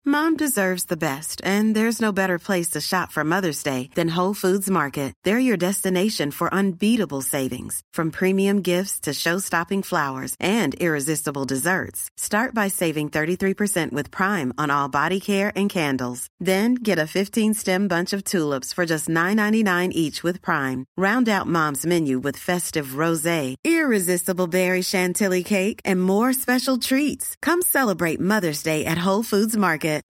Mom deserves the best, and there's no better place to shop for Mother's Day than Whole Foods Market. They're your destination for unbeatable savings, from premium gifts to show-stopping flowers and irresistible desserts. Start by saving 33% with Prime on all body care and candles. Then get a 15-stem bunch of tulips for just $9.99 each with Prime. Round out Mom's menu with festive rosé, irresistible berry chantilly cake, and more special treats. Come celebrate Mother's Day at Whole Foods Market.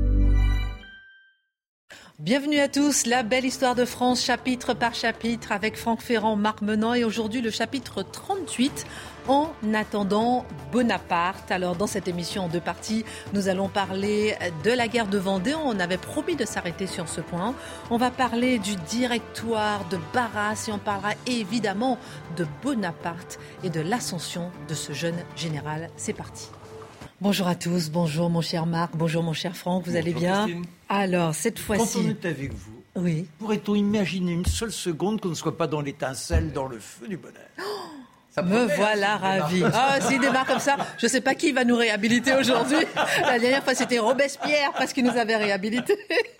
Bienvenue à tous, la belle histoire de France, chapitre par chapitre, avec Franck Ferrand, Marc Menant et aujourd'hui le chapitre 38, en attendant Bonaparte. Alors dans cette émission en deux parties, nous allons parler de la guerre de Vendée. On avait promis de s'arrêter sur ce point. On va parler du directoire de Barras et on parlera évidemment de Bonaparte et de l'ascension de ce jeune général. C'est parti. Bonjour à tous, bonjour mon cher Marc, bonjour mon cher Franck, vous allez bien ? Christine. Alors, cette fois-ci... Quand on est avec vous, oui. Pourrait-on imaginer une seule seconde qu'on ne soit pas dans l'étincelle, dans le feu du bonheur ? Me voilà ravi. S'il démarre comme ça, je ne sais pas qui va nous réhabiliter aujourd'hui. La dernière fois, c'était Robespierre parce qu'il nous avait réhabilités.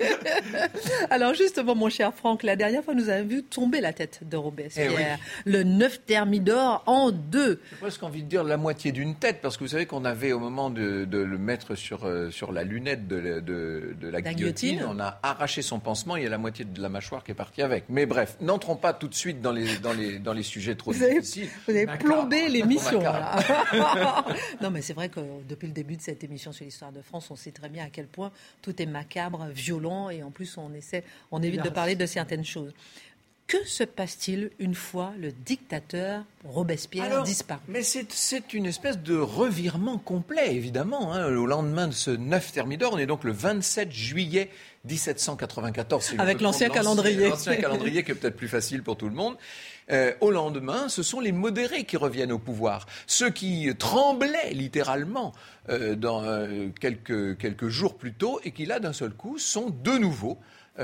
Alors justement, mon cher Franck, la dernière fois, nous avons vu tomber la tête de Robespierre. Oui. Le 9 Thermidor en deux. J'ai presque envie de dire la moitié d'une tête, parce que vous savez qu'on avait, au moment de le mettre sur la lunette de la guillotine, on a arraché son pansement, il y a la moitié de la mâchoire qui est partie avec. Mais bref, n'entrons pas tout de suite dans les sujets trop difficiles. Vous avez plombé l'émission. Là. Non, mais c'est vrai que depuis le début de cette émission sur l'histoire de France, on sait très bien à quel point tout est macabre, violent, et en plus on évite de parler de certaines choses. Que se passe-t-il une fois le dictateur Robespierre disparaît ? Mais c'est une espèce de revirement complet, évidemment. Au lendemain de ce 9 Thermidor, on est donc le 27 juillet 1794. Avec l'ancien calendrier. L'ancien calendrier qui est peut-être plus facile pour tout le monde. Au lendemain, ce sont les modérés qui reviennent au pouvoir. Ceux qui tremblaient littéralement dans quelques jours plus tôt et qui, là, d'un seul coup, sont de nouveau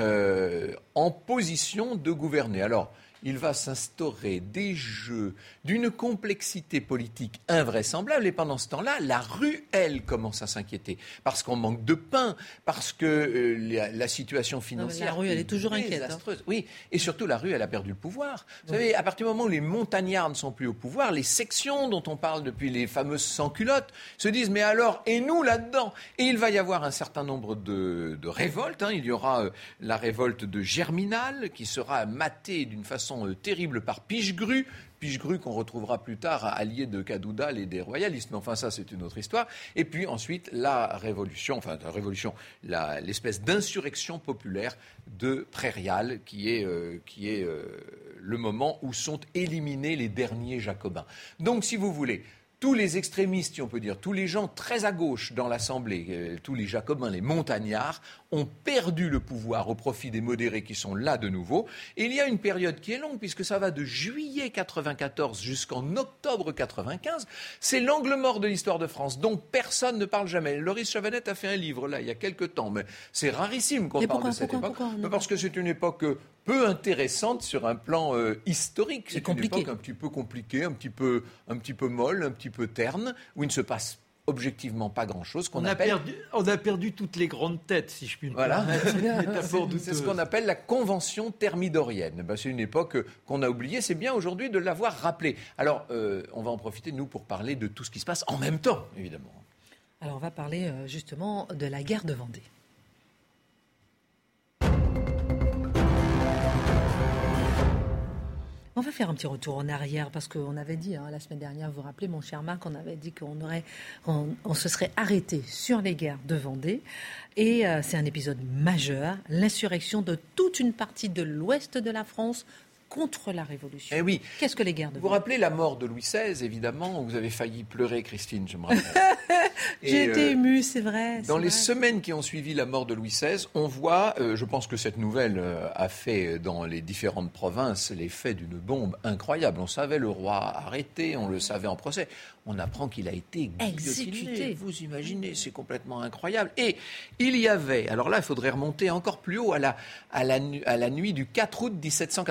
en position de gouverner. Alors, il va s'instaurer des jeux d'une complexité politique invraisemblable. Et pendant ce temps-là, la rue, elle, commence à s'inquiéter. Parce qu'on manque de pain, parce que la situation financière la rue, elle est toujours désastreuse. Oui, et surtout, la rue, elle a perdu le pouvoir. Vous savez, à partir du moment où les montagnards ne sont plus au pouvoir, les sections dont on parle depuis les fameuses sans-culottes se disent « mais alors, et nous là-dedans ?» Et il va y avoir un certain nombre de révoltes. Il y aura la révolte de Germinal, qui sera matée d'une façon terrible par Pichegru qu'on retrouvera plus tard allié de Cadoudal et des royalistes. Mais enfin, ça, c'est une autre histoire. Et puis ensuite, l'espèce d'insurrection populaire de Prairial, qui est le moment où sont éliminés les derniers jacobins. Donc, si vous voulez, tous les extrémistes, si on peut dire, tous les gens très à gauche dans l'Assemblée, tous les jacobins, les montagnards, ont perdu le pouvoir au profit des modérés qui sont là de nouveau. Et il y a une période qui est longue, puisque ça va de juillet 94 jusqu'en octobre 95. C'est l'angle mort de l'histoire de France, dont personne ne parle jamais. Loris Chavanette a fait un livre, là, il y a quelques temps, mais c'est rarissime qu'on parle de cette époque. Parce que c'est une époque peu intéressante sur un plan historique. C'est une époque un petit peu compliquée, un petit peu molle, un petit peu terne, où il ne se passe objectivement pas grand-chose. On a perdu toutes les grandes têtes, si je puis me permettre. C'est ce qu'on appelle la convention thermidorienne. C'est une époque qu'on a oubliée. C'est bien aujourd'hui de l'avoir rappelée. Alors, on va en profiter, nous, pour parler de tout ce qui se passe en même temps, évidemment. Alors, on va parler justement de la guerre de Vendée. On va faire un petit retour en arrière parce qu'on avait dit la semaine dernière, vous vous rappelez mon cher Marc, on avait dit qu'on se serait arrêté sur les guerres de Vendée et c'est un épisode majeur, l'insurrection de toute une partie de l'ouest de la France contre la Révolution. Eh oui. Qu'est-ce que les guerres de Vendée ? Vous vous rappelez la mort de Louis XVI, évidemment, vous avez failli pleurer, Christine, je me rappelle. J'ai été émue, c'est vrai. Dans les semaines qui ont suivi la mort de Louis XVI, on voit, je pense que cette nouvelle a fait dans les différentes provinces l'effet d'une bombe incroyable. On savait le roi arrêté, on le savait en procès. On apprend qu'il a été exécuté. Vous imaginez, c'est complètement incroyable. Et il y avait, alors là, il faudrait remonter encore plus haut à la nuit du 4 août 1789,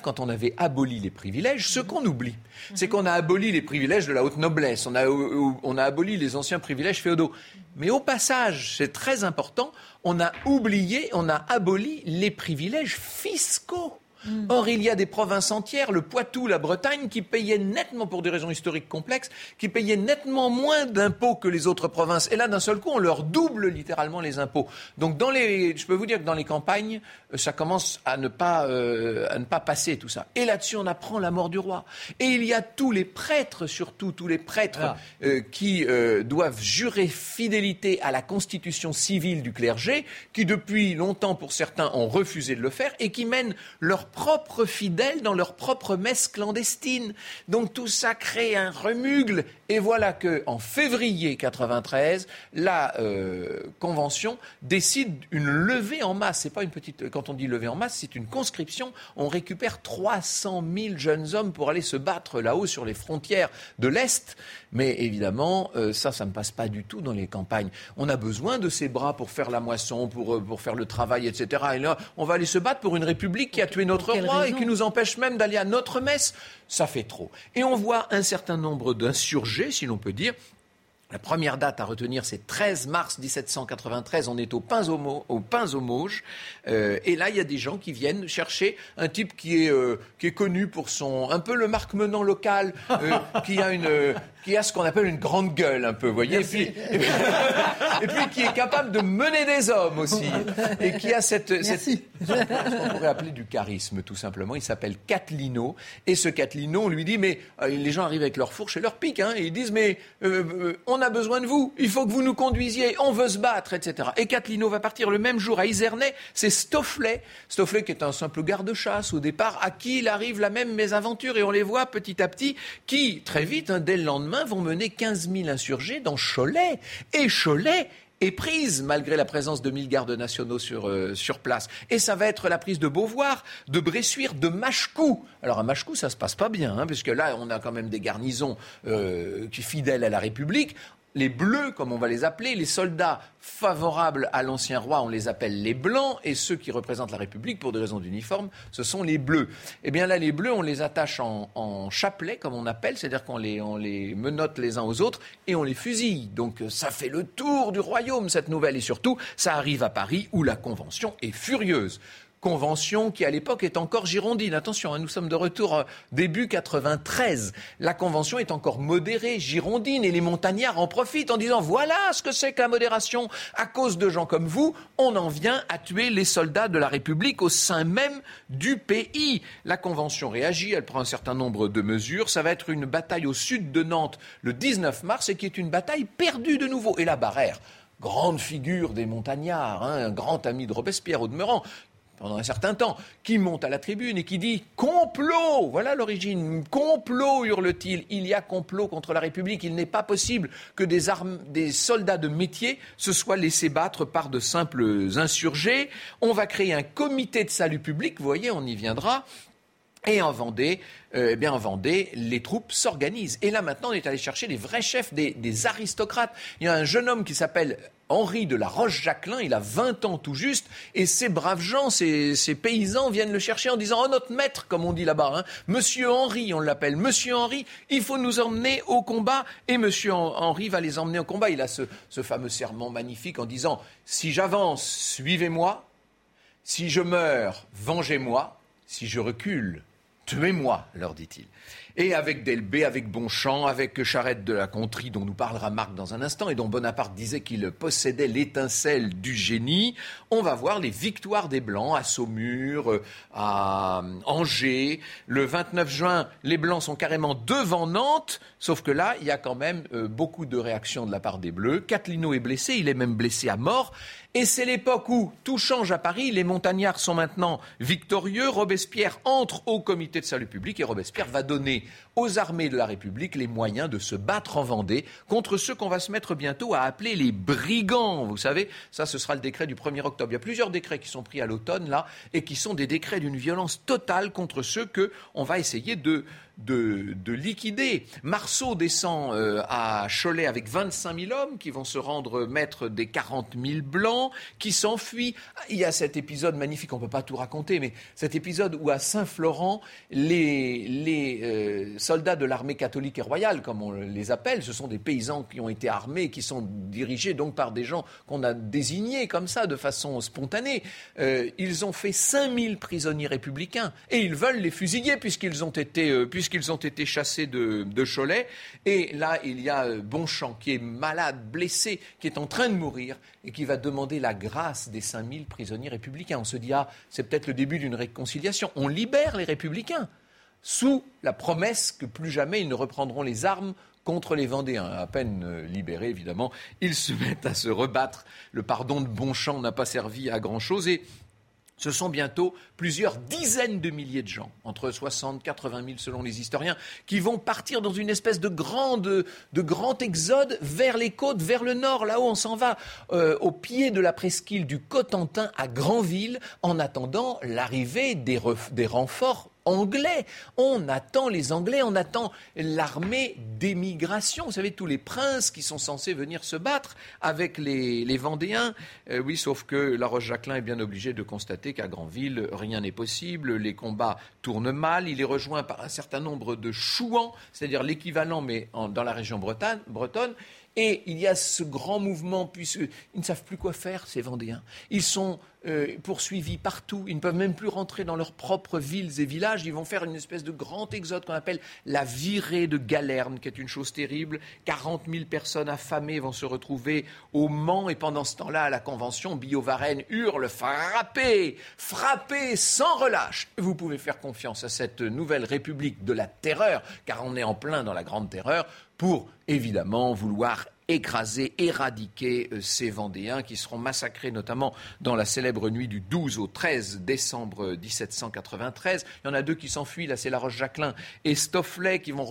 quand on avait aboli les privilèges, ce qu'on oublie, c'est qu'on a aboli les privilèges de la haute noblesse, on a aboli les anciens privilèges féodaux. Mais au passage, c'est très important, on a aboli les privilèges fiscaux. Or, il y a des provinces entières, le Poitou, la Bretagne, qui payaient nettement, pour des raisons historiques complexes, qui payaient nettement moins d'impôts que les autres provinces. Et là, d'un seul coup, on leur double littéralement les impôts. Donc, je peux vous dire que dans les campagnes, ça commence à ne pas passer tout ça. Et là-dessus, on apprend la mort du roi. Et il y a tous les prêtres, surtout tous les prêtres qui doivent jurer fidélité à la constitution civile du clergé, qui depuis longtemps, pour certains, ont refusé de le faire et qui mènent leurs propres fidèles dans leur propre messe clandestine. Donc tout ça crée un remugle. Et voilà qu'en février 93, la Convention décide une levée en masse. C'est pas une petite. Quand on dit levée en masse, c'est une conscription. On récupère 300 000 jeunes hommes pour aller se battre là-haut sur les frontières de l'Est. Mais évidemment, ça ne passe pas du tout dans les campagnes. On a besoin de ces bras pour faire la moisson, pour faire le travail, etc. Et là, on va aller se battre pour une république qui a tué notre roi et qui nous empêche même d'aller à notre messe. Ça fait trop. Et on voit un certain nombre d'insurgés, si l'on peut dire. La première date à retenir, c'est 13 mars 1793. On est aux Pins aux Mauges. Et là, il y a des gens qui viennent chercher un type qui est connu pour un peu le Marc Menant local, qui a ce qu'on appelle une grande gueule, un peu, vous voyez. Et puis, qui est capable de mener des hommes aussi. Et qui a ce qu'on pourrait appeler du charisme, tout simplement. Il s'appelle Catlino. Et ce Catlino, on lui dit, mais les gens arrivent avec leur fourche et leur pique, hein, et ils disent, mais on a besoin de vous, il faut que vous nous conduisiez, on veut se battre, etc. Et Catlino va partir le même jour à Izernay, c'est Stofflet qui est un simple garde-chasse au départ, à qui il arrive la même mésaventure, et on les voit petit à petit, qui, très vite, dès le lendemain, vont mener 15 000 insurgés dans Cholet. Et Cholet est prise, malgré la présence de 1000 gardes nationaux sur place. Et ça va être la prise de Beauvoir, de Bressuire, de Machecoul. Alors à Machecoul, ça se passe pas bien, hein, puisque là, on a quand même des garnisons fidèles à la République. Les Bleus, comme on va les appeler, les soldats favorables à l'ancien roi, on les appelle les Blancs, et ceux qui représentent la République, pour des raisons d'uniforme, ce sont les Bleus. Eh bien là, les Bleus, on les attache en chapelet, comme on appelle, c'est-à-dire qu'on les menotte les uns aux autres, et on les fusille. Donc ça fait le tour du royaume, cette nouvelle, et surtout, ça arrive à Paris, où la Convention est furieuse. Convention qui, à l'époque, est encore girondine. Attention, nous sommes de retour début 93. La Convention est encore modérée, girondine, et les montagnards en profitent en disant « Voilà ce que c'est que la modération. À cause de gens comme vous, on en vient à tuer les soldats de la République au sein même du pays. » La Convention réagit, elle prend un certain nombre de mesures. Ça va être une bataille au sud de Nantes le 19 mars, et qui est une bataille perdue de nouveau. Et là, Barère, grande figure des montagnards, un grand ami de Robespierre au demeurant, pendant un certain temps, qui monte à la tribune et qui dit « Complot !» Voilà l'origine. « Complot !» hurle-t-il. Il y a complot contre la République. Il n'est pas possible que des soldats de métier se soient laissés battre par de simples insurgés. On va créer un comité de salut public. Vous voyez, on y viendra. Et en Vendée, les troupes s'organisent. Et là, maintenant, on est allé chercher les vrais chefs, des aristocrates. Il y a un jeune homme qui s'appelle Henri de la Roche-Jacquelin, il a 20 ans tout juste, et ces braves gens, ces paysans viennent le chercher en disant « Oh, notre maître », comme on dit là-bas, hein, Monsieur Henri, on l'appelle, Monsieur Henri, il faut nous emmener au combat, et Monsieur Henri va les emmener au combat. Il a ce fameux serment magnifique en disant « Si j'avance, suivez-moi, si je meurs, vengez-moi, si je recule, tuez-moi », leur dit-il. Et avec Delbé, avec Bonchamp, avec Charette de la Contrie, dont nous parlera Marc dans un instant, et dont Bonaparte disait qu'il possédait l'étincelle du génie, on va voir les victoires des Blancs à Saumur, à Angers. Le 29 juin, les Blancs sont carrément devant Nantes, sauf que là, il y a quand même beaucoup de réactions de la part des Bleus. Catlino est blessé, il est même blessé à mort. Et c'est l'époque où tout change à Paris, les montagnards sont maintenant victorieux, Robespierre entre au comité de salut public et Robespierre va donner aux armées de la République les moyens de se battre en Vendée contre ceux qu'on va se mettre bientôt à appeler les brigands. Vous savez, ça ce sera le décret du 1er octobre. Il y a plusieurs décrets qui sont pris à l'automne là et qui sont des décrets d'une violence totale contre ceux qu'on va essayer de de liquider. Marceau descend à Cholet avec 25 000 hommes qui vont se rendre maîtres des 40 000 Blancs, qui s'enfuient. Il y a cet épisode magnifique, on ne peut pas tout raconter, mais cet épisode où à Saint-Florent, les soldats de l'armée catholique et royale, comme on les appelle, ce sont des paysans qui ont été armés, qui sont dirigés donc par des gens qu'on a désignés comme ça, de façon spontanée. Ils ont fait 5000 prisonniers républicains et ils veulent les fusiller puisqu'ils ont été chassés de Cholet. Et là, il y a Bonchamp qui est malade, blessé, qui est en train de mourir et qui va demander la grâce des 5000 prisonniers républicains. On se dit, c'est peut-être le début d'une réconciliation. On libère les républicains sous la promesse que plus jamais ils ne reprendront les armes contre les Vendéens. À peine libérés, évidemment, ils se mettent à se rebattre. Le pardon de Bonchamp n'a pas servi à grand-chose et ce sont bientôt plusieurs dizaines de milliers de gens, entre 60 et 80 000 selon les historiens, qui vont partir dans une espèce de grand exode vers les côtes, vers le nord. Là-haut, on s'en va au pied de la presqu'île du Cotentin à Granville, en attendant l'arrivée des renforts anglais. On attend les Anglais, on attend l'armée d'émigration. Vous savez, tous les princes qui sont censés venir se battre avec les Vendéens. Oui, sauf que La Roche-Jacquelin est bien obligé de constater qu'à Granville, rien n'est possible. Les combats tournent mal. Il est rejoint par un certain nombre de chouans, c'est-à-dire l'équivalent, mais dans la région bretonne. Et il y a ce grand mouvement, puisqu'ils ne savent plus quoi faire, ces Vendéens. Ils sont poursuivis partout. Ils ne peuvent même plus rentrer dans leurs propres villes et villages. Ils vont faire une espèce de grand exode qu'on appelle la virée de Galerne, qui est une chose terrible. 40 000 personnes affamées vont se retrouver au Mans. Et pendant ce temps-là, à la Convention, Billaud-Varenne hurle « Frappez ! Frappez sans relâche !» Vous pouvez faire confiance à cette nouvelle République de la terreur, car on est en plein dans la grande terreur, pour évidemment vouloir écraser, éradiquer ces Vendéens qui seront massacrés notamment dans la célèbre nuit du 12 au 13 décembre 1793. Il y en a deux qui s'enfuient, là c'est La Roche-Jacquelin et Stofflet qui vont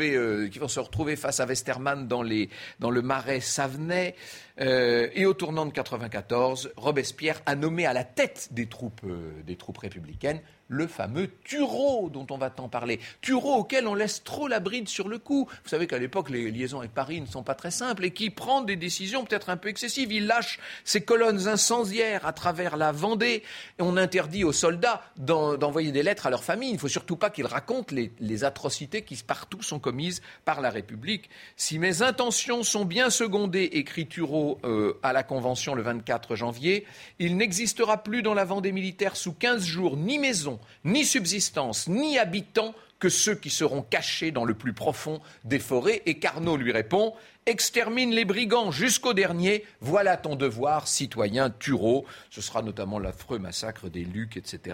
se retrouver face à Westermann dans le marais Savenay. Et au tournant de 94, Robespierre a nommé à la tête des troupes républicaines le fameux Turreau dont on va tant parler. Turreau auquel on laisse trop la bride sur le cou. Vous savez qu'à l'époque, les liaisons avec Paris ne sont pas très simples et qui prend des décisions peut-être un peu excessives. Il lâche ses colonnes incendiaires à travers la Vendée. Et on interdit aux soldats d'envoyer des lettres à leur famille. Il ne faut surtout pas qu'ils racontent les atrocités qui partout sont commises par la République. Si mes intentions sont bien secondées, écrit Turreau à la Convention le 24 janvier, il n'existera plus dans la Vendée militaire sous 15 jours ni maison, ni subsistance, ni habitants que ceux qui seront cachés dans le plus profond des forêts. Et Carnot lui répond « Extermine les brigands jusqu'au dernier, voilà ton devoir, citoyen Turreau ». Ce sera notamment l'affreux massacre des Lucs, etc.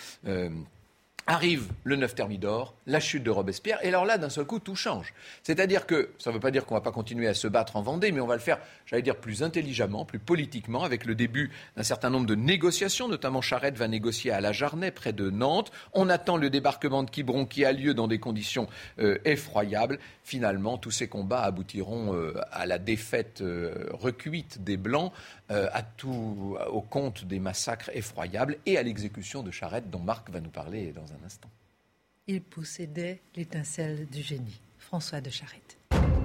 Arrive le 9 Thermidor, la chute de Robespierre, et alors là, d'un seul coup, tout change. C'est-à-dire que, ça ne veut pas dire qu'on ne va pas continuer à se battre en Vendée, mais on va le faire, j'allais dire, plus intelligemment, plus politiquement, avec le début d'un certain nombre de négociations, notamment Charette va négocier à la Jarnais, près de Nantes. On attend le débarquement de Quiberon qui a lieu dans des conditions effroyables. Finalement, tous ces combats aboutiront à la défaite recuite des Blancs, au compte des massacres effroyables et à l'exécution de Charette, dont Marc va nous parler dans un instant. Il possédait l'étincelle du génie. François de Charette.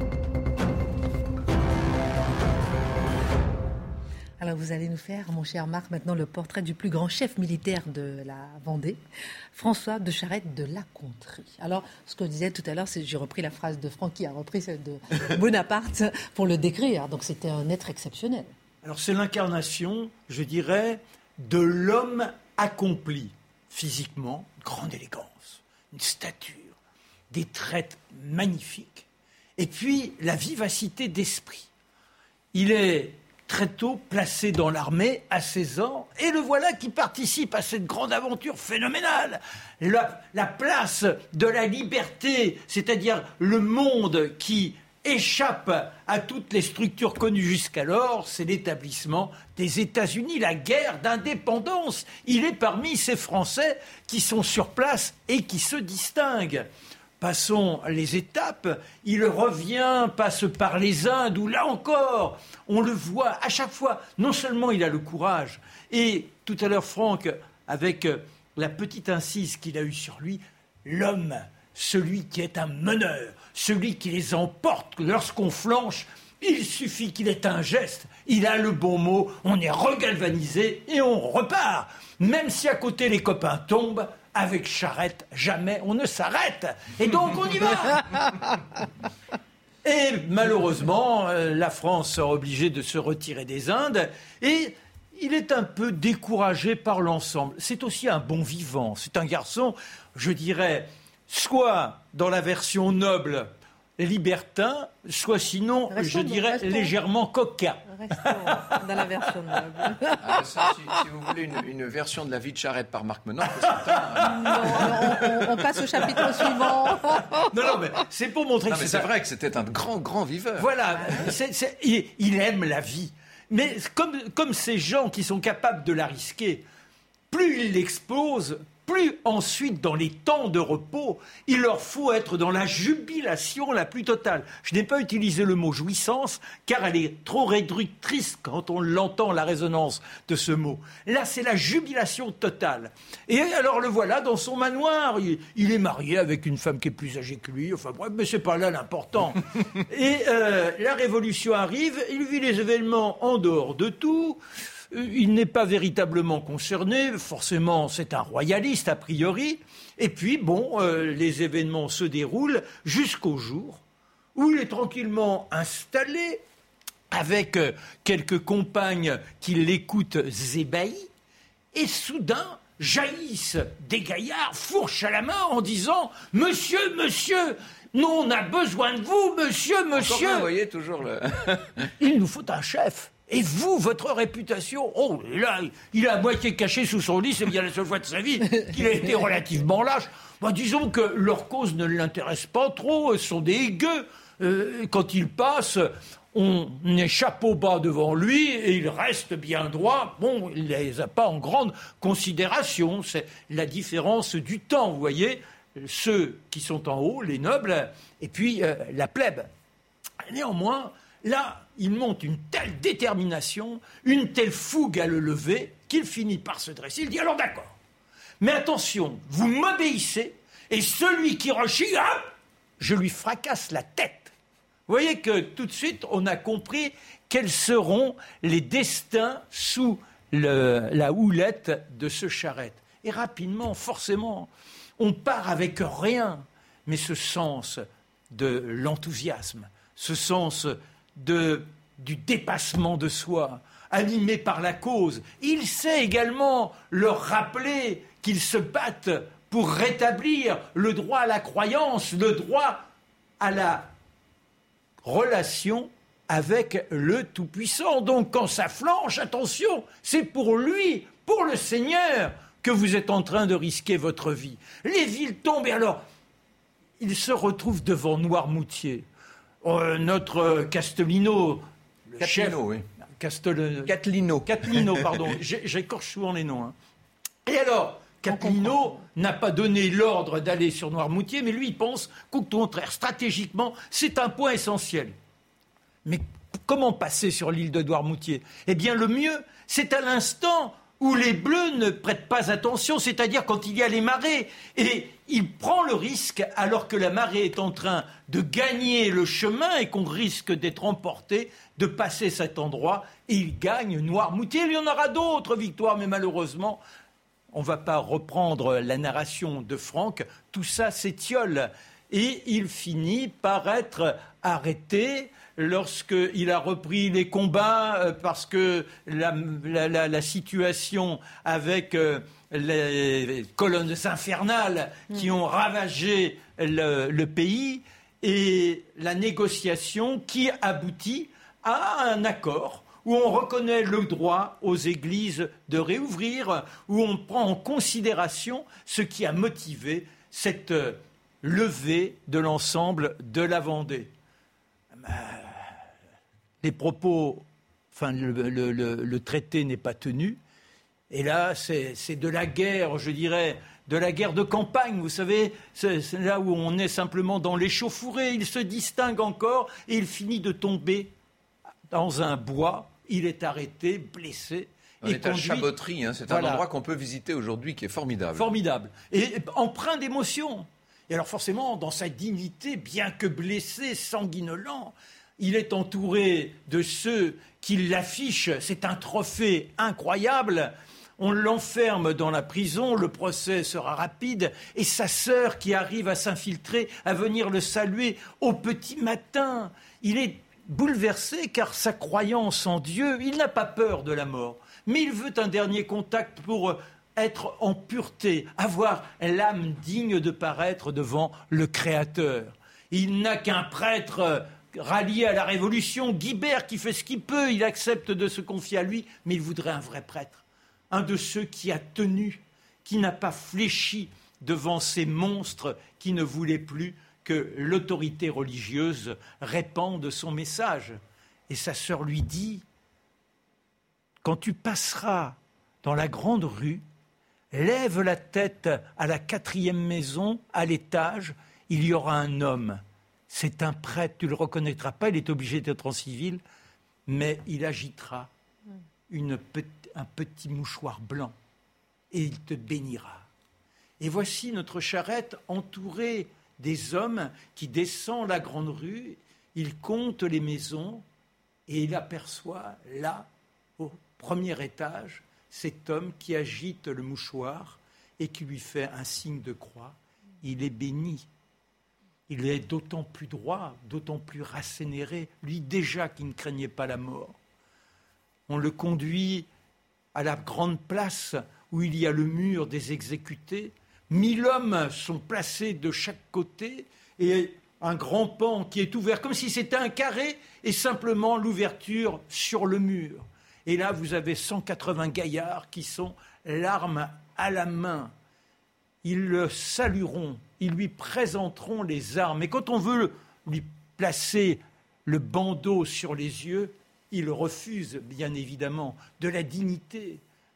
Alors vous allez nous faire, mon cher Marc, maintenant le portrait du plus grand chef militaire de la Vendée, François de Charette de La Contrie. Alors, ce que je disais tout à l'heure, j'ai repris la phrase de Franck qui a repris celle de Bonaparte pour le décrire. Donc c'était un être exceptionnel. Alors c'est l'incarnation, je dirais, de l'homme accompli physiquement, grande élégance, une stature, des traits magnifiques, et puis la vivacité d'esprit. Il est très tôt placé dans l'armée à 16 ans, et le voilà qui participe à cette grande aventure phénoménale. La place de la liberté, c'est-à-dire le monde qui échappe à toutes les structures connues jusqu'alors, c'est l'établissement des États-Unis, la guerre d'indépendance. Il est parmi ces Français qui sont sur place et qui se distinguent. Passons les étapes, il revient, passe par les Indes, où là encore, on le voit à chaque fois. Non seulement il a le courage, et tout à l'heure Franck, avec la petite incise qu'il a eue sur lui, l'homme celui qui est un meneur, celui qui les emporte lorsqu'on flanche. Il suffit qu'il ait un geste, il a le bon mot, on est regalvanisé et on repart. Même si à côté les copains tombent, avec Charette, jamais on ne s'arrête. Et donc on y va. Et malheureusement, la France sera obligée de se retirer des Indes et il est un peu découragé par l'ensemble. C'est aussi un bon vivant, c'est un garçon, je dirais, soit dans la version noble, libertin, soit sinon, je dirais, légèrement coquin. Restons dans la version noble. Si vous voulez une version de la vie de Charette par Marc Menant, on passe au chapitre suivant. Non, mais c'est pour montrer que c'est vrai que c'était un grand viveur. Voilà, il aime la vie. Mais comme ces gens qui sont capables de la risquer, plus ils l'exposent, plus ensuite, dans les temps de repos, il leur faut être dans la jubilation la plus totale. Je n'ai pas utilisé le mot jouissance, car elle est trop réductrice quand on l'entend, la résonance de ce mot. Là, c'est la jubilation totale. Et alors, le voilà dans son manoir. Il est marié avec une femme qui est plus âgée que lui. Enfin bref, mais c'est pas là l'important. Et la Révolution arrive, il vit les événements en dehors de tout. Il n'est pas véritablement concerné, forcément c'est un royaliste a priori, et puis les événements se déroulent jusqu'au jour où il est tranquillement installé avec quelques compagnes qui l'écoutent ébahis, et soudain jaillissent des gaillards, fourche à la main, en disant « Monsieur, nous on a besoin de vous, monsieur !» Vous voyez toujours Il nous faut un chef. Et vous, votre réputation, là, il a à moitié caché sous son lit, c'est bien la seule fois de sa vie qu'il a été relativement lâche. Disons que leur cause ne l'intéresse pas trop, ce sont des gueux. Quand il passe, on est chapeau bas devant lui et il reste bien droit. Il ne les a pas en grande considération. C'est la différence du temps, vous voyez. Ceux qui sont en haut, les nobles, et puis la plèbe. Néanmoins, là, il monte une telle détermination, une telle fougue à le lever, qu'il finit par se dresser. Il dit, alors d'accord, mais attention, vous m'obéissez, et celui qui rechie, hop, je lui fracasse la tête. Vous voyez que tout de suite, on a compris quels seront les destins sous la houlette de ce Charette. Et rapidement, forcément, on part avec rien, mais ce sens de l'enthousiasme, ce sens du dépassement de soi, animé par la cause. Il sait également leur rappeler qu'ils se battent pour rétablir le droit à la croyance, le droit à la relation avec le Tout-Puissant. Donc quand ça flanche, attention, c'est pour lui, pour le Seigneur, que vous êtes en train de risquer votre vie. Les villes tombent et alors, il se retrouve devant Noirmoutier. Notre Castellino, le chef... Oui. Castellino, pardon. J'écorche souvent les noms. Et alors, Castellino n'a pas donné l'ordre d'aller sur Noirmoutier, mais lui, il pense qu'au contraire, stratégiquement, c'est un point essentiel. Mais comment passer sur l'île de Noirmoutier ? Eh bien, le mieux, c'est à l'instant où les Bleus ne prêtent pas attention, c'est-à-dire quand il y a les marées. Et il prend le risque, alors que la marée est en train de gagner le chemin et qu'on risque d'être emporté, de passer cet endroit. Et il gagne Noirmoutier. Il y en aura d'autres victoires, mais malheureusement, on ne va pas reprendre la narration de Franck. Tout ça s'étiole. Et il finit par être arrêté lorsqu'il a repris les combats parce que la situation avec les colonnes infernales qui ont ravagé le pays et la négociation qui aboutit à un accord où on reconnaît le droit aux églises de réouvrir, où on prend en considération ce qui a motivé cette levée de l'ensemble de la Vendée. Les propos, le traité n'est pas tenu. Et là, c'est de la guerre, je dirais, de la guerre de campagne. Vous savez, c'est là où on est simplement dans l'échauffourée. Il se distingue encore et il finit de tomber dans un bois. Il est arrêté, blessé. On est à Chaboterie, c'est un endroit qu'on peut visiter aujourd'hui qui est formidable. Formidable. Et empreint d'émotion. Et alors forcément, dans sa dignité, bien que blessé, sanguinolent, il est entouré de ceux qui l'affichent. C'est un trophée incroyable. On l'enferme dans la prison, le procès sera rapide, et sa sœur qui arrive à s'infiltrer, à venir le saluer au petit matin. Il est bouleversé car sa croyance en Dieu, il n'a pas peur de la mort, mais il veut un dernier contact pour être en pureté, avoir l'âme digne de paraître devant le Créateur. Il n'a qu'un prêtre rallié à la Révolution, Guibert, qui fait ce qu'il peut, il accepte de se confier à lui, mais il voudrait un vrai prêtre, un de ceux qui a tenu, qui n'a pas fléchi devant ces monstres qui ne voulaient plus que l'autorité religieuse répande son message. Et sa sœur lui dit, quand tu passeras dans la grande rue, lève la tête à la 4e maison, à l'étage, il y aura un homme. C'est un prêtre, tu ne le reconnaîtras pas, il est obligé d'être en civil, mais il agitera un petit mouchoir blanc et il te bénira. Et voici notre charrette entourée des hommes qui descendent la grande rue, il compte les maisons et il aperçoit là, au premier étage, cet homme qui agite le mouchoir et qui lui fait un signe de croix. Il est béni. Il est d'autant plus droit, d'autant plus rassénéré, lui déjà qui ne craignait pas la mort. On le conduit à la grande place où il y a le mur des exécutés. 1000 hommes sont placés de chaque côté et un grand pan qui est ouvert, comme si c'était un carré et simplement l'ouverture sur le mur. Et là, vous avez 180 gaillards qui sont l'arme à la main. Ils le salueront, ils lui présenteront les armes. Et quand on veut lui placer le bandeau sur les yeux, il refuse, bien évidemment, de la dignité.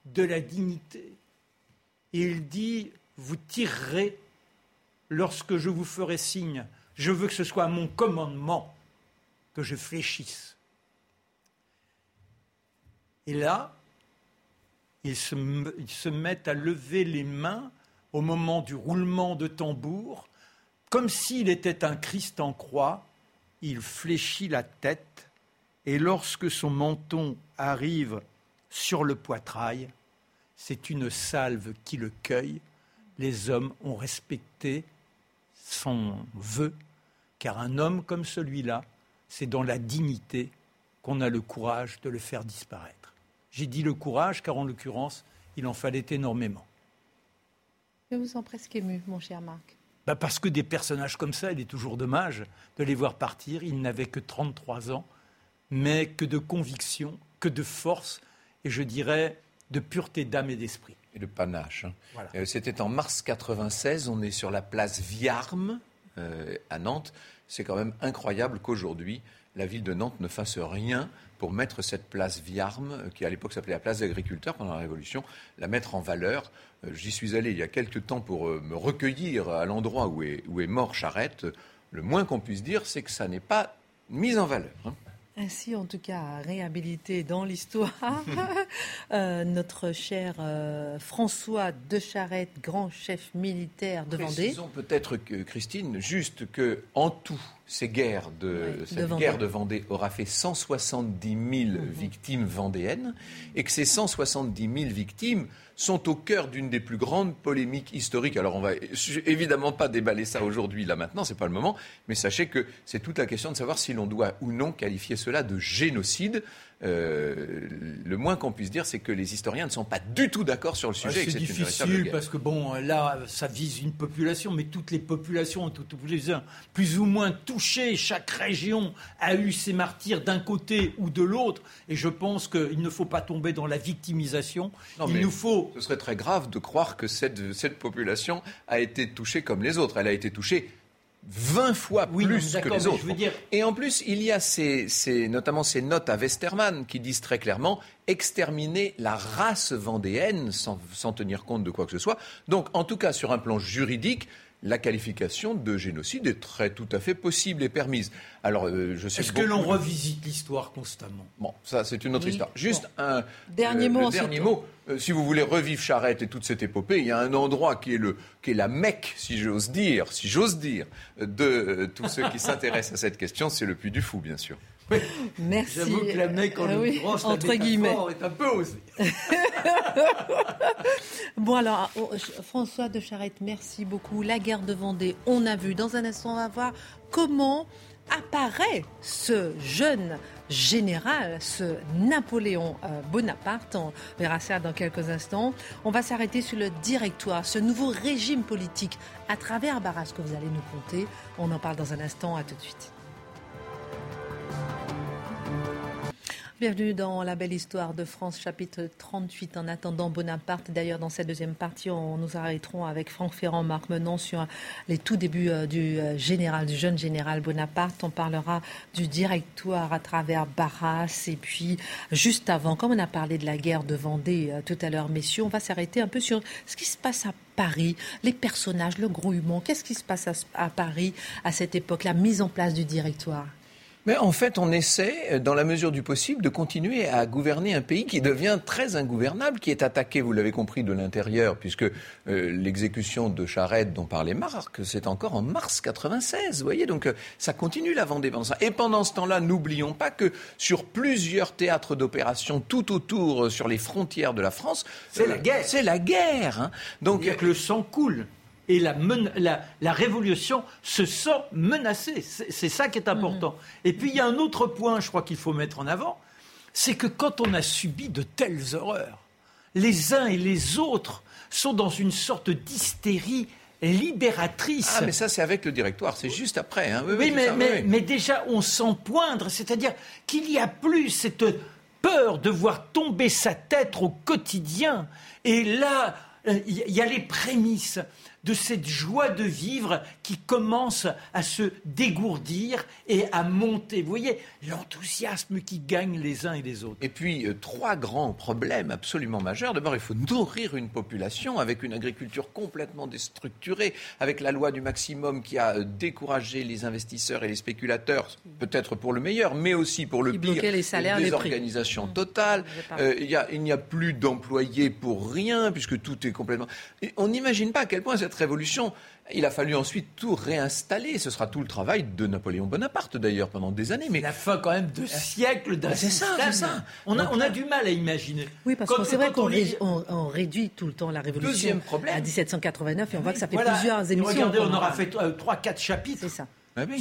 Et il dit, vous tirerez lorsque je vous ferai signe. Je veux que ce soit à mon commandement que je fléchisse. Et là, ils se mettent à lever les mains au moment du roulement de tambour, comme s'il était un Christ en croix. Il fléchit la tête, et lorsque son menton arrive sur le poitrail, c'est une salve qui le cueille. Les hommes ont respecté son vœu, car un homme comme celui-là, c'est dans la dignité qu'on a le courage de le faire disparaître. J'ai dit le courage, car en l'occurrence, il en fallait énormément. Je vous sens presque ému, mon cher Marc. Parce que des personnages comme ça, il est toujours dommage de les voir partir. Il n'avait que 33 ans, mais que de conviction, que de force, et je dirais de pureté d'âme et d'esprit. Et de panache. Voilà. C'était en mars 96, on est sur la place Viarme, à Nantes. C'est quand même incroyable qu'aujourd'hui, la ville de Nantes ne fasse rien pour mettre cette place Viarme, qui à l'époque s'appelait la place des agriculteurs pendant la Révolution, la mettre en valeur. J'y suis allé il y a quelques temps pour me recueillir à l'endroit où est mort Charette. Le moins qu'on puisse dire, c'est que ça n'est pas mis en valeur. Ainsi, en tout cas, réhabilité dans l'histoire, notre cher François de Charette, grand chef militaire de Vendée. Précisons peut-être, Christine, juste qu'en tout, cette guerre de Vendée aura fait 170 000 victimes vendéennes, et que ces 170 000 victimes sont au cœur d'une des plus grandes polémiques historiques. Alors on va évidemment pas déballer ça aujourd'hui, là maintenant, c'est pas le moment, mais sachez que c'est toute la question de savoir si l'on doit ou non qualifier cela de génocide. Le moins qu'on puisse dire, c'est que les historiens ne sont pas du tout d'accord sur le sujet. C'est difficile parce que là, ça vise une population, mais toutes les populations ont plus ou moins touché. Chaque région a eu ses martyrs d'un côté ou de l'autre, et je pense qu'il ne faut pas tomber dans la victimisation. Ce serait très grave de croire que cette population a été touchée comme les autres. Elle a été touchée 20 fois plus que les autres. Et en plus, il y a notamment ces notes à Westermann qui disent très clairement exterminer la race vendéenne sans tenir compte de quoi que ce soit. Donc, en tout cas, sur un plan juridique, la qualification de génocide est tout à fait possible et permise. Alors, est-ce que l'on revisite l'histoire constamment ? Bon, ça, c'est une autre histoire. Juste dernier mot. si vous voulez revivre Charette et toute cette épopée, il y a un endroit qui est la Mecque, si j'ose dire, de tous ceux qui s'intéressent à cette question, c'est le Puy du Fou, bien sûr. Oui. Merci. J'avoue que la Mecque, en l'occurrence, entre guillemets, est un peu osée. Bon alors, François de Charette, merci beaucoup. La guerre de Vendée, on a vu. Dans un instant, on va voir comment apparaît ce jeune général, ce Napoléon Bonaparte. On verra ça dans quelques instants. On va s'arrêter sur le directoire, ce nouveau régime politique à travers Barras que vous allez nous conter. On en parle dans un instant. À tout de suite. Bienvenue dans La Belle Histoire de France, chapitre 38, en attendant Bonaparte. D'ailleurs, dans cette deuxième partie, nous arrêterons avec Franck Ferrand, Marc Menon sur les tout débuts du jeune général Bonaparte. On parlera du directoire à travers Barras. Et puis, juste avant, comme on a parlé de la guerre de Vendée tout à l'heure, messieurs, on va s'arrêter un peu sur ce qui se passe à Paris, les personnages, le grouillement. Qu'est-ce qui se passe à Paris à cette époque, la mise en place du directoire ? Mais en fait, on essaie, dans la mesure du possible, de continuer à gouverner un pays qui devient très ingouvernable, qui est attaqué, vous l'avez compris, de l'intérieur, puisque l'exécution de Charette dont parlait Marc, c'est encore en mars 96, vous voyez, donc ça continue la Vendée. Et pendant ce temps-là, n'oublions pas que sur plusieurs théâtres d'opération tout autour, sur les frontières de la France, c'est la guerre. C'est la guerre. Hein. Donc, il y a que le sang coule. Et la révolution se sent menacée. C'est ça qui est important. Et puis il y a un autre point, je crois qu'il faut mettre en avant, c'est que quand on a subi de telles horreurs, les uns et les autres sont dans une sorte d'hystérie libératrice. Ah, mais ça, c'est avec le directoire, c'est juste après. Hein. Oui, mais déjà, on sent poindre, c'est-à-dire qu'il n'y a plus cette peur de voir tomber sa tête au quotidien. Et là, il y a les prémices de cette joie de vivre qui commence à se dégourdir et à monter. Vous voyez, l'enthousiasme qui gagne les uns et les autres. Et puis, trois grands problèmes absolument majeurs. D'abord, il faut nourrir une population avec une agriculture complètement déstructurée, avec la loi du maximum qui a découragé les investisseurs et les spéculateurs, peut-être pour le meilleur, mais aussi pour le pire, les salaires, des organisations totales. Il n'y a plus d'employés pour rien, puisque tout est complètement... Et on n'imagine pas à quel point cette révolution, il a fallu ensuite tout réinstaller. Ce sera tout le travail de Napoléon Bonaparte, d'ailleurs, pendant des années. Mais la fin quand même de siècles d'un système. C'est ça. On a du mal à imaginer. Oui, parce que c'est vrai qu'on réduit tout le temps la révolution à 1789 et on voit que ça fait plusieurs émissions. Regardez, on aura fait 3-4 chapitres. C'est ça.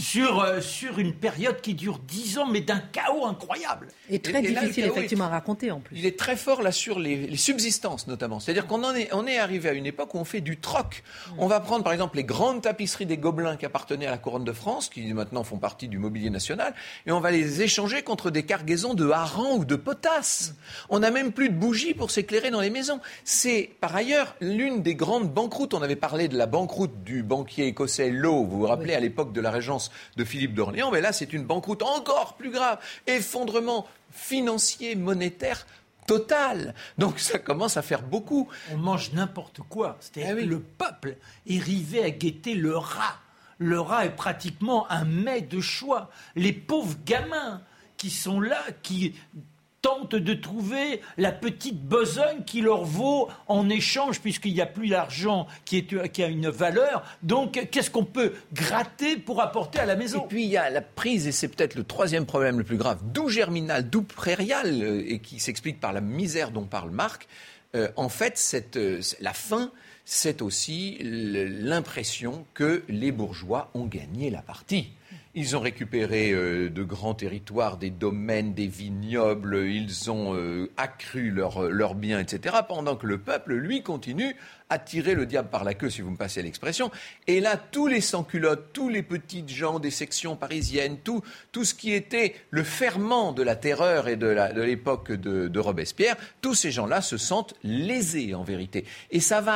Sur une période qui dure 10 ans, mais d'un chaos incroyable. Et très difficile, effectivement, à raconter, en plus. Il est très fort, là, sur les subsistances, notamment. C'est-à-dire qu'on est arrivé à une époque où on fait du troc. On va prendre, par exemple, les grandes tapisseries des Gobelins qui appartenaient à la couronne de France, qui maintenant font partie du mobilier national, et on va les échanger contre des cargaisons de harengs ou de potasses. On n'a même plus de bougies pour s'éclairer dans les maisons. C'est, par ailleurs, l'une des grandes banqueroutes. On avait parlé de la banqueroute du banquier écossais Lowe, vous vous rappelez, à l'époque de la régence de Philippe d'Orléans, mais là c'est une banqueroute encore plus grave, effondrement financier, monétaire total. Donc ça commence à faire beaucoup. On mange n'importe quoi, c'est-à-dire que le peuple est arrivé à guetter le rat. Le rat est pratiquement un mets de choix. Les pauvres gamins qui sont là, qui tentent de trouver la petite besogne qui leur vaut en échange, puisqu'il n'y a plus l'argent qui a une valeur. Donc, qu'est-ce qu'on peut gratter pour apporter à la maison ? Et puis, il y a la prise, et c'est peut-être le troisième problème le plus grave, d'où germinal, d'où prairial, et qui s'explique par la misère dont parle Marc. En fait, la faim, c'est aussi l'impression que les bourgeois ont gagné la partie. Ils ont récupéré de grands territoires, des domaines, des vignobles, ils ont accru leurs biens, etc., pendant que le peuple, lui, continue à tirer le diable par la queue, si vous me passez l'expression. Et là, tous les sans-culottes, tous les petites gens des sections parisiennes, tout ce qui était le ferment de la terreur et de l'époque de Robespierre, tous ces gens-là se sentent lésés, en vérité. Et ça va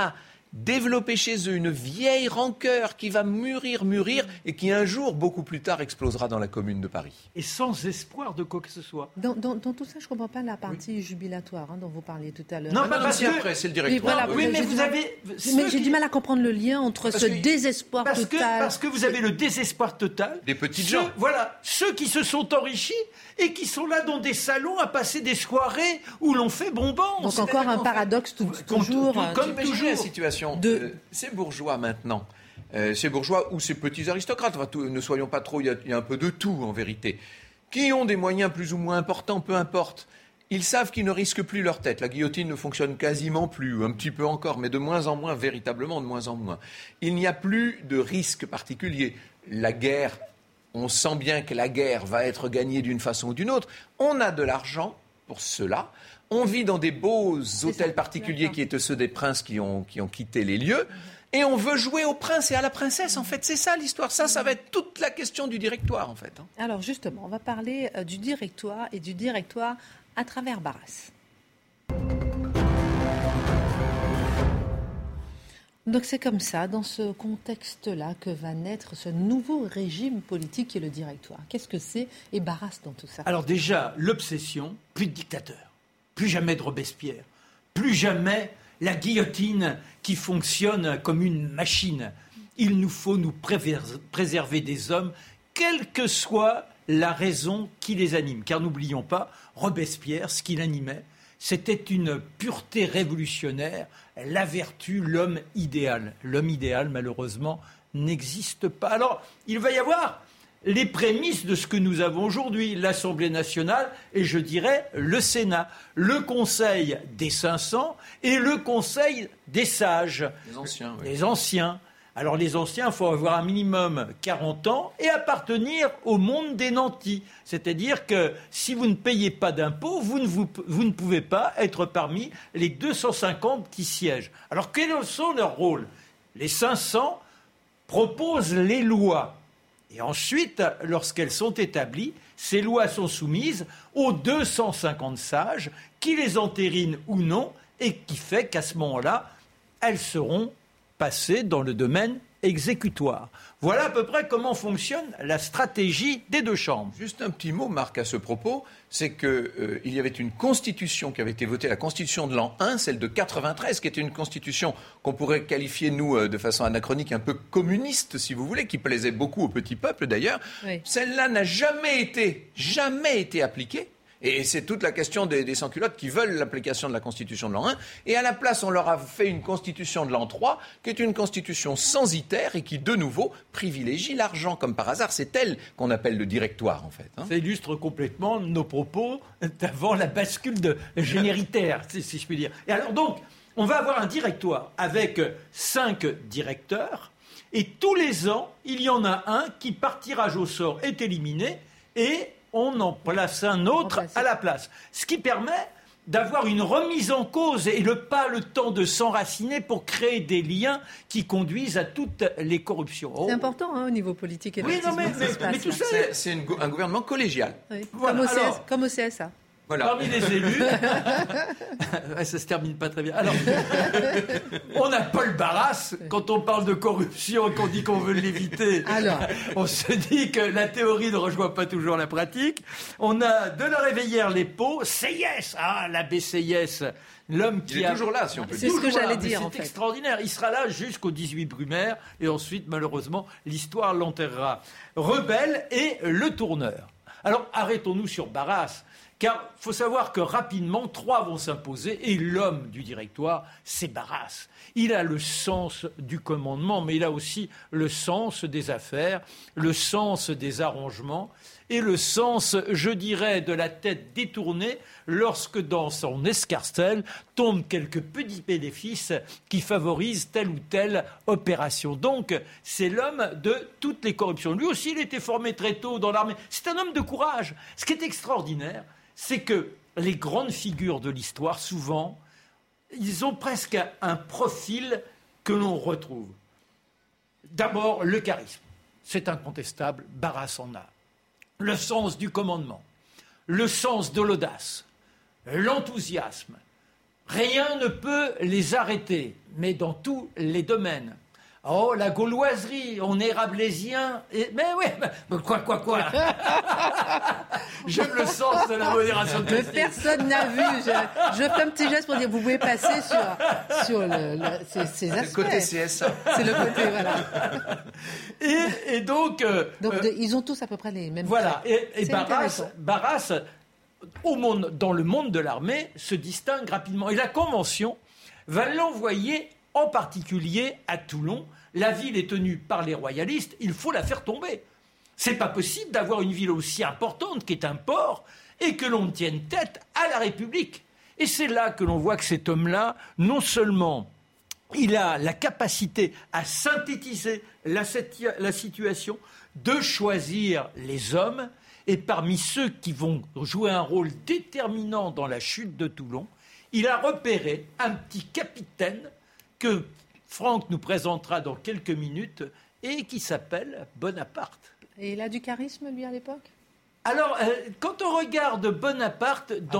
développer chez eux une vieille rancœur qui va mûrir, et qui un jour, beaucoup plus tard, explosera dans la Commune de Paris. Et sans espoir de quoi que ce soit. Dans tout ça, je ne comprends pas la partie jubilatoire dont vous parliez tout à l'heure. Non, parce que après, c'est le directoire. Oui, mais vous avez... Mais j'ai du mal à comprendre le lien entre ce désespoir total... Parce que vous avez le désespoir total. Des petites gens. Voilà, ceux qui se sont enrichis et qui sont là dans des salons à passer des soirées où l'on fait bonbon. Donc encore un paradoxe toujours... Comme toujours. La situation, ces bourgeois maintenant, ces bourgeois ou ces petits aristocrates, ne soyons pas trop, il y a un peu de tout en vérité, qui ont des moyens plus ou moins importants, peu importe. Ils savent qu'ils ne risquent plus leur tête. La guillotine ne fonctionne quasiment plus, un petit peu encore, mais de moins en moins, véritablement de moins en moins. Il n'y a plus de risque particulier. La guerre, on sent bien que la guerre va être gagnée d'une façon ou d'une autre. On a de l'argent pour cela. On vit dans des beaux hôtels particuliers qui étaient ceux des princes qui ont quitté les lieux. Et on veut jouer au prince et à la princesse, en fait. C'est ça l'histoire. Ça va être toute la question du directoire, en fait. Alors justement, on va parler du directoire et du directoire à travers Barras. Donc c'est comme ça, dans ce contexte-là, que va naître ce nouveau régime politique qui est le directoire. Qu'est-ce que c'est et Barras dans tout ça? Alors déjà, l'obsession, plus de dictateur, plus jamais de Robespierre, plus jamais la guillotine qui fonctionne comme une machine. Il nous faut nous préserver des hommes, quelle que soit la raison qui les anime. Car n'oublions pas, Robespierre, ce qu'il animait, c'était une pureté révolutionnaire, la vertu, l'homme idéal. L'homme idéal, malheureusement, n'existe pas. Alors, il va y avoir les prémices de ce que nous avons aujourd'hui, l'Assemblée nationale et, je dirais, le Sénat, le Conseil des 500 et le Conseil des sages. Les anciens, oui. Les anciens. Alors les anciens, il faut avoir un minimum 40 ans et appartenir au monde des nantis. C'est-à-dire que si vous ne payez pas d'impôts, vous ne pouvez pas être parmi les 250 qui siègent. Alors quels sont leurs rôles? Les 500 proposent les lois. Et ensuite, lorsqu'elles sont établies, ces lois sont soumises aux 250 sages qui les entérinent ou non et qui fait qu'à ce moment-là, elles seront passées dans le domaine exécutoire. Voilà à peu près comment fonctionne la stratégie des deux chambres. Juste un petit mot, Marc, à ce propos, c'est qu'il y avait une constitution qui avait été votée, la constitution de l'an 1, celle de 93, qui était une constitution qu'on pourrait qualifier, nous, de façon anachronique, un peu communiste, si vous voulez, qui plaisait beaucoup au petit peuple d'ailleurs. Oui. Celle-là n'a jamais été appliquée. Et c'est toute la question des sans-culottes qui veulent l'application de la Constitution de l'an 1. Et à la place, on leur a fait une Constitution de l'an 3, qui est une Constitution censitaire et qui, de nouveau, privilégie l'argent. Comme par hasard, c'est elle qu'on appelle le directoire, en fait. Ça illustre complètement nos propos d'avant la bascule généritaire, si je puis dire. Et alors donc, on va avoir un directoire avec 5 directeurs. Et tous les ans, il y en a un qui, par tirage au sort, est éliminé et on en place un autre à la place. Ce qui permet d'avoir une remise en cause et pas le temps de s'enraciner pour créer des liens qui conduisent à toutes les corruptions. C'est important au niveau politique. Oui, non, mais tout ça... C'est un gouvernement collégial. Oui. Voilà. Comme au CSA. Voilà. Parmi les élus, ça se termine pas très bien. Alors, on a Paul Barras, quand on parle de corruption et qu'on dit qu'on veut l'éviter, on se dit que la théorie ne rejoint pas toujours la pratique. On a de la Réveillère les Paux, Seyès, l'abbé Seyès, l'homme qui est toujours là, si on peut dire. C'est ce que j'allais dire, en fait. C'est extraordinaire. Il sera là jusqu'au 18 Brumaire et ensuite, malheureusement, l'histoire l'enterrera. Rebelle et le tourneur. Alors, arrêtons-nous sur Barras. Car il faut savoir que rapidement, 3 vont s'imposer et l'homme du directoire, c'est Barras. Il a le sens du commandement, mais il a aussi le sens des affaires, le sens des arrangements et le sens, je dirais, de la tête détournée lorsque dans son escarcelle tombent quelques petits bénéfices qui favorisent telle ou telle opération. Donc, c'est l'homme de toutes les corruptions. Lui aussi, il était formé très tôt dans l'armée. C'est un homme de courage. Ce qui est extraordinaire, c'est que les grandes figures de l'histoire, souvent, ils ont presque un profil que l'on retrouve. D'abord, le charisme. C'est incontestable, Barras en a. Le sens du commandement, le sens de l'audace, l'enthousiasme, Rien ne peut les arrêter, mais dans tous les domaines. Oh, la gauloiserie, on est rabelaisien. Mais oui, quoi J'aime le sens de la modération. Mais personne n'a vu. Je fais un petit geste pour dire, vous pouvez passer sur ces aspects. C'est le côté CSA. C'est le côté, voilà. Et donc... ils ont tous à peu près les mêmes... Voilà, et Barras, dans le monde de l'armée, se distingue rapidement. Et la Convention va l'envoyer en particulier à Toulon. La ville est tenue par les royalistes, il faut la faire tomber. C'est pas possible d'avoir une ville aussi importante qui est un port et que l'on tienne tête à la République. Et c'est là que l'on voit que cet homme-là, non seulement il a la capacité à synthétiser la situation, de choisir les hommes, et parmi ceux qui vont jouer un rôle déterminant dans la chute de Toulon, il a repéré un petit capitaine que Franck nous présentera dans quelques minutes et qui s'appelle Bonaparte. Et il a du charisme, lui, à l'époque ? Alors, quand on regarde Bonaparte, dans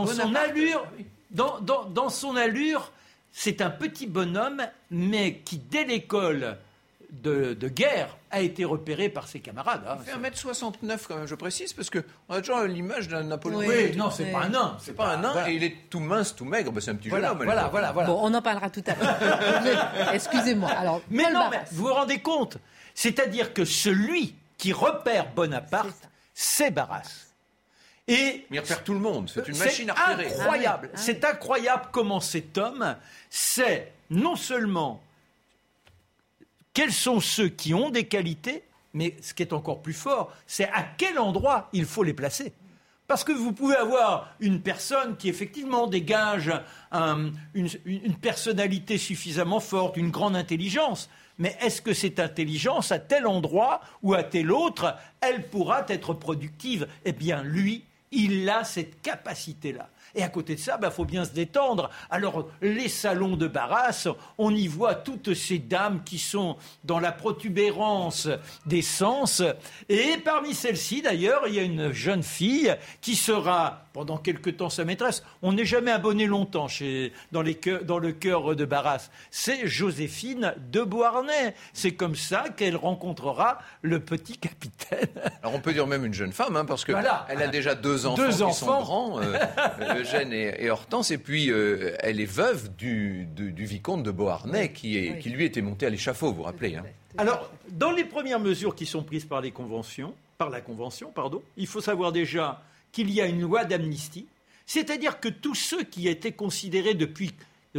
son allure, c'est un petit bonhomme, mais qui, dès l'école de guerre, a été repéré par ses camarades. Il fait 1m69 quand même, je précise, parce qu'on a toujours l'image d'un Napoléon. Oui, non, c'est pas un nain. C'est pas un nain, voilà. Et il est tout mince, tout maigre, c'est un petit jeune homme. Voilà. Bon, on en parlera tout à l'heure. Excusez-moi. Alors, mais vous vous rendez compte ? C'est-à-dire que celui qui repère Bonaparte, c'est Barras. Mais il repère tout le monde, c'est une machine à repérer. Incroyable. C'est incroyable comment cet homme sait non seulement quels sont ceux qui ont des qualités, mais ce qui est encore plus fort, c'est à quel endroit il faut les placer. Parce que vous pouvez avoir une personne qui effectivement dégage une personnalité suffisamment forte, une grande intelligence. Mais est-ce que cette intelligence, à tel endroit ou à tel autre, elle pourra être productive ? Eh bien, lui, il a cette capacité-là. Et à côté de ça, faut bien se détendre. Alors, les salons de Barras, on y voit toutes ces dames qui sont dans la protubérance des sens. Et parmi celles-ci, d'ailleurs, il y a une jeune fille qui sera pendant quelque temps sa maîtresse. On n'est jamais abonné longtemps dans le cœur de Barras. C'est Joséphine de Beauharnais. C'est comme ça qu'elle rencontrera le petit capitaine. Alors, on peut dire même une jeune femme, parce qu'elle a déjà deux enfants qui sont grands. Eugène et Hortense, et puis elle est veuve du vicomte de Beauharnais qui lui était monté à l'échafaud, vous vous rappelez. Alors, dans les premières mesures qui sont prises par la Convention, il faut savoir déjà qu'il y a une loi d'amnistie, c'est-à-dire que tous ceux qui étaient considérés depuis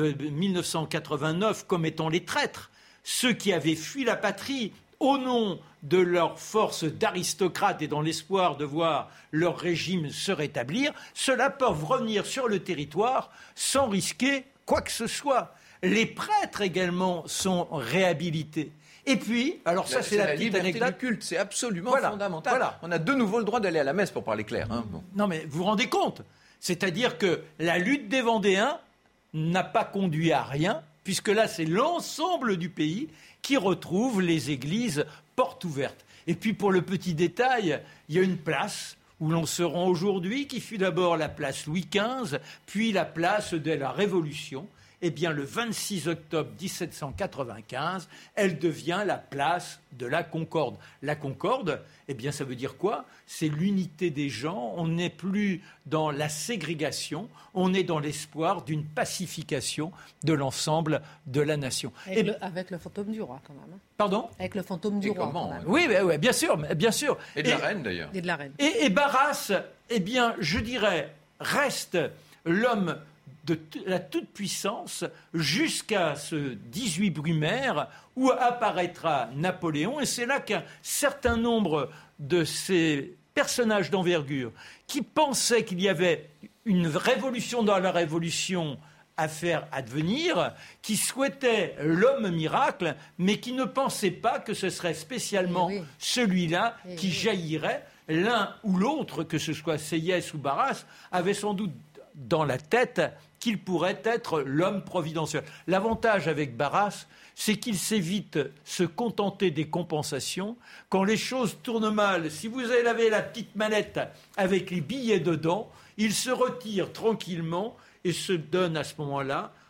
1989 comme étant les traîtres, ceux qui avaient fui la patrie au nom de leur force d'aristocrates et dans l'espoir de voir leur régime se rétablir, ceux-là peuvent revenir sur le territoire sans risquer quoi que ce soit. Les prêtres également sont réhabilités. Et puis, alors ça c'est la petite anecdote. Du culte, c'est absolument fondamental. Voilà. On a de nouveau le droit d'aller à la messe pour parler clair. Non mais vous vous rendez compte ? C'est-à-dire que la lutte des Vendéens n'a pas conduit à rien, puisque là c'est l'ensemble du pays qui retrouve les églises portes ouvertes. Et puis pour le petit détail, il y a une place où l'on se rend aujourd'hui, qui fut d'abord la place Louis XV, puis la place de la Révolution. Eh bien, le 26 octobre 1795, elle devient la place de la Concorde. La Concorde, eh bien, ça veut dire quoi ? C'est l'unité des gens. On n'est plus dans la ségrégation, on est dans l'espoir d'une pacification de l'ensemble de la nation. Avec le fantôme du roi, quand même. Pardon ? Avec le fantôme du roi, quand même. Oui, bien sûr. Et de la reine, d'ailleurs. Et de la reine. Et Barras, eh bien, je dirais, reste l'homme de la toute-puissance jusqu'à ce 18 Brumaire où apparaîtra Napoléon. Et c'est là qu'un certain nombre de ces personnages d'envergure qui pensaient qu'il y avait une révolution dans la révolution à faire advenir, qui souhaitaient l'homme miracle, mais qui ne pensaient pas que ce serait spécialement celui-là qui jaillirait. L'un ou l'autre, que ce soit Sieyès ou Barras, avait sans doute dans la tête qu'il pourrait être l'homme providentiel. L'avantage avec Barras, c'est qu'il sait vite se contenter des compensations. Quand les choses tournent mal, si vous avez la petite mallette avec les billets dedans, il se retire tranquillement et se donne à ce moment-là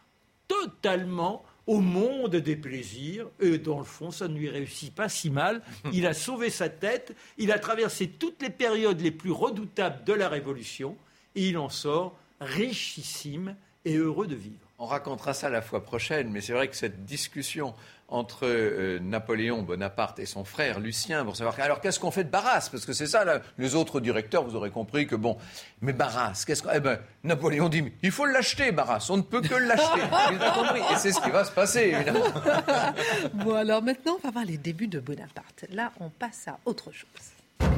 totalement au monde des plaisirs. Et dans le fond, ça ne lui réussit pas si mal. Il a sauvé sa tête. Il a traversé toutes les périodes les plus redoutables de la Révolution. Et il en sort richissime et heureux de vivre. On racontera ça la fois prochaine, mais c'est vrai que cette discussion entre Napoléon Bonaparte et son frère Lucien, pour savoir alors qu'est-ce qu'on fait de Barras, parce que c'est ça, là, les autres directeurs, vous aurez compris que bon, mais Barras, Napoléon dit, il faut l'acheter Barras, on ne peut que l'acheter, vous avez compris, et c'est ce qui va se passer, évidemment. Bon, alors maintenant, on va voir les débuts de Bonaparte. Là, on passe à autre chose.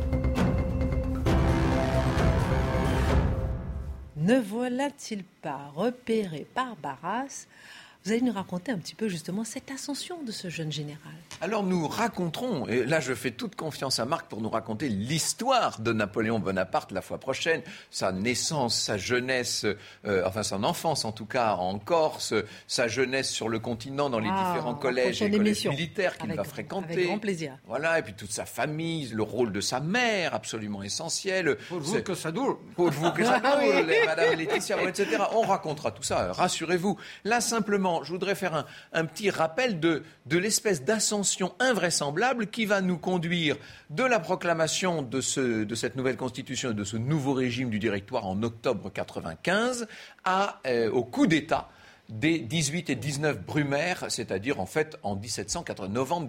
Ne voilà-t-il pas repéré par Barras ? Vous allez nous raconter un petit peu justement cette ascension de ce jeune général. Alors nous raconterons, et là je fais toute confiance à Marc pour nous raconter l'histoire de Napoléon Bonaparte la fois prochaine, sa naissance, sa jeunesse, son enfance en tout cas en Corse, sa jeunesse sur le continent dans les différents collèges et collèges militaires qu'il va fréquenter. Avec grand plaisir. Voilà, et puis toute sa famille, le rôle de sa mère absolument essentiel. Pour vous que ça dure. Pour vous que ça dure, Madame Laetitia, etc. On racontera tout ça, rassurez-vous. Là simplement, je voudrais faire un petit rappel de l'espèce d'ascension invraisemblable qui va nous conduire de la proclamation de cette nouvelle constitution et de ce nouveau régime du Directoire en octobre 1995 au coup d'État des 18 et 19 Brumaire, c'est-à-dire en fait en novembre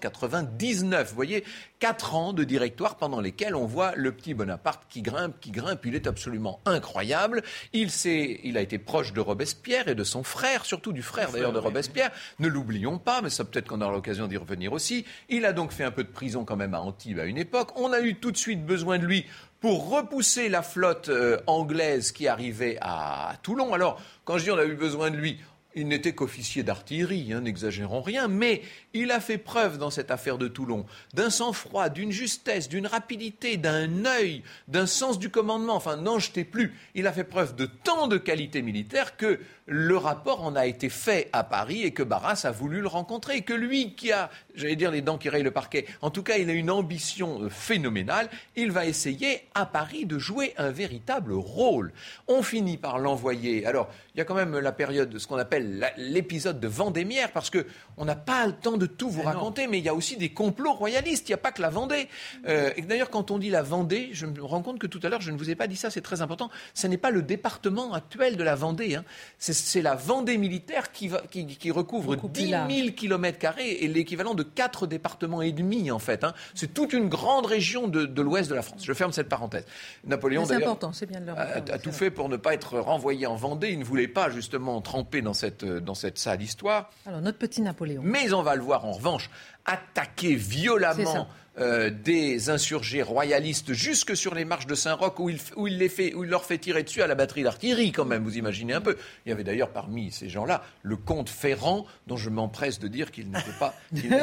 1799. Vous voyez, 4 ans de directoire pendant lesquels on voit le petit Bonaparte qui grimpe, il est absolument incroyable. Il a été proche de Robespierre et de son frère, surtout du frère d'ailleurs de Robespierre, ne l'oublions pas, mais ça peut-être qu'on aura l'occasion d'y revenir aussi. Il a donc fait un peu de prison quand même à Antibes à une époque. On a eu tout de suite besoin de lui pour repousser la flotte anglaise qui arrivait à Toulon. Alors, quand je dis on a eu besoin de lui, il n'était qu'officier d'artillerie, n'exagérons rien, mais il a fait preuve dans cette affaire de Toulon d'un sang-froid, d'une justesse, d'une rapidité, d'un œil, d'un sens du commandement, enfin n'en jetez plus. Il a fait preuve de tant de qualités militaires que le rapport en a été fait à Paris et que Barras a voulu le rencontrer. Et que lui qui a, j'allais dire les dents qui rayent le parquet, en tout cas il a une ambition phénoménale, il va essayer à Paris de jouer un véritable rôle. On finit par l'envoyer. Alors, il y a quand même la période, ce qu'on appelle l'épisode de Vendémiaire, parce qu'on n'a pas le temps de tout vous raconter, mais il y a aussi des complots royalistes, il n'y a pas que la Vendée. Et d'ailleurs, quand on dit la Vendée, je me rends compte que tout à l'heure, je ne vous ai pas dit ça, c'est très important, ce n'est pas le département actuel de la Vendée, c'est la Vendée militaire qui recouvre 10 000 km² et l'équivalent de 4 départements et demi, en fait. C'est toute une grande région de l'ouest de la France. Je ferme cette parenthèse. Napoléon, c'est important, c'est bien de le rappeler. A tout fait pour ne pas être renvoyé en Vendée. Il ne voulait pas, justement, tremper dans cette sale histoire. Alors, notre petit Napoléon. Mais on va le voir, en revanche, attaquer violemment des insurgés royalistes jusque sur les marches de Saint-Roch où il leur fait tirer dessus à la batterie d'artillerie quand même, vous imaginez un peu. Il y avait d'ailleurs parmi ces gens-là le comte Ferrand, dont je m'empresse de dire qu'il n'était pas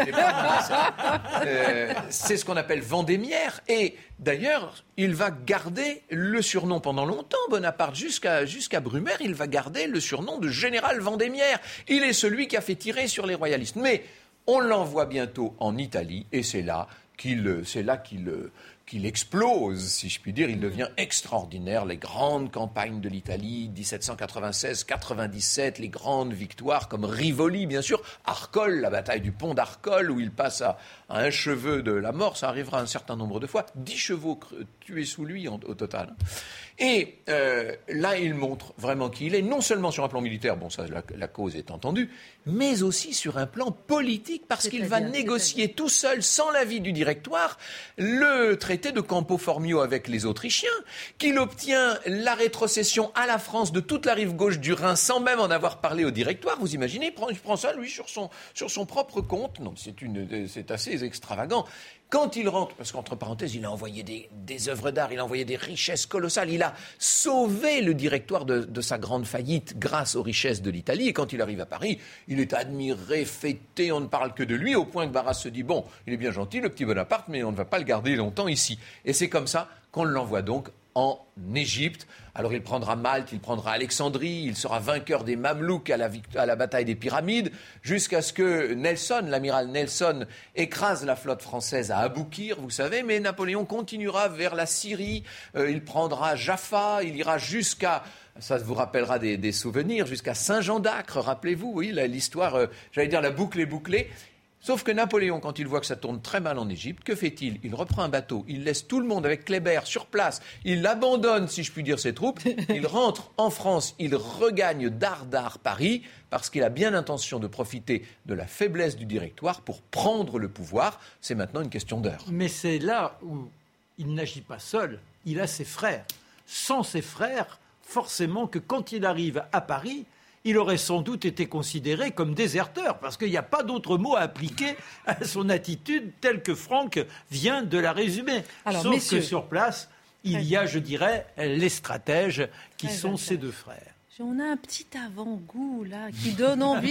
c'est ce qu'on appelle Vendémiaire. Et d'ailleurs, il va garder le surnom pendant longtemps, Bonaparte, jusqu'à Brumaire, il va garder le surnom de général Vendémiaire. Il est celui qui a fait tirer sur les royalistes. Mais on l'envoie bientôt en Italie et c'est là qu'il explose, si je puis dire. Il devient extraordinaire. Les grandes campagnes de l'Italie, 1796-97, les grandes victoires comme Rivoli, bien sûr, Arcole, la bataille du pont d'Arcole, où il passe à un cheveu de la mort. Ça arrivera un certain nombre de fois. 10 chevaux tués sous lui au total. Et là, il montre vraiment qui il est, non seulement sur un plan militaire, bon, ça, la cause est entendue, mais aussi sur un plan politique, parce qu'il va négocier tout seul, sans l'avis du Directoire, le traité de Campo Formio avec les Autrichiens, qu'il obtient la rétrocession à la France de toute la rive gauche du Rhin, sans même en avoir parlé au Directoire. Vous imaginez, il prend ça, lui, sur son propre compte. Non, c'est assez extravagant. Quand il rentre, parce qu'entre parenthèses, il a envoyé des œuvres d'art, il a envoyé des richesses colossales, il a sauvé le Directoire de sa grande faillite grâce aux richesses de l'Italie. Et quand il arrive à Paris, il est admiré, fêté, on ne parle que de lui, au point que Barras se dit, bon, il est bien gentil, le petit Bonaparte, mais on ne va pas le garder longtemps ici. Et c'est comme ça qu'on l'envoie donc en Égypte. Alors il prendra Malte, il prendra Alexandrie, il sera vainqueur des Mamelouks à la bataille des Pyramides, jusqu'à ce que l'amiral Nelson, écrase la flotte française à Aboukir, vous savez, mais Napoléon continuera vers la Syrie, il prendra Jaffa, il ira jusqu'à Ça vous rappellera des souvenirs jusqu'à Saint-Jean d'Acre, rappelez-vous, oui, l'histoire, j'allais dire la boucle est bouclée. Sauf que Napoléon, quand il voit que ça tourne très mal en Égypte, que fait-il ? Il reprend un bateau, il laisse tout le monde avec Kléber sur place, il abandonne, si je puis dire, ses troupes, il rentre en France, il regagne d'art Paris, parce qu'il a bien l'intention de profiter de la faiblesse du Directoire pour prendre le pouvoir. C'est maintenant une question d'heure. Mais c'est là où il n'agit pas seul, il a ses frères. Sans ses frères, forcément que quand il arrive à Paris, il aurait sans doute été considéré comme déserteur, parce qu'il n'y a pas d'autre mot à appliquer à son attitude telle que Franck vient de la résumer. Alors, sauf messieurs, que sur place, il y a, je dirais, les stratèges qui sont ses deux frères. On a un petit avant-goût là qui donne envie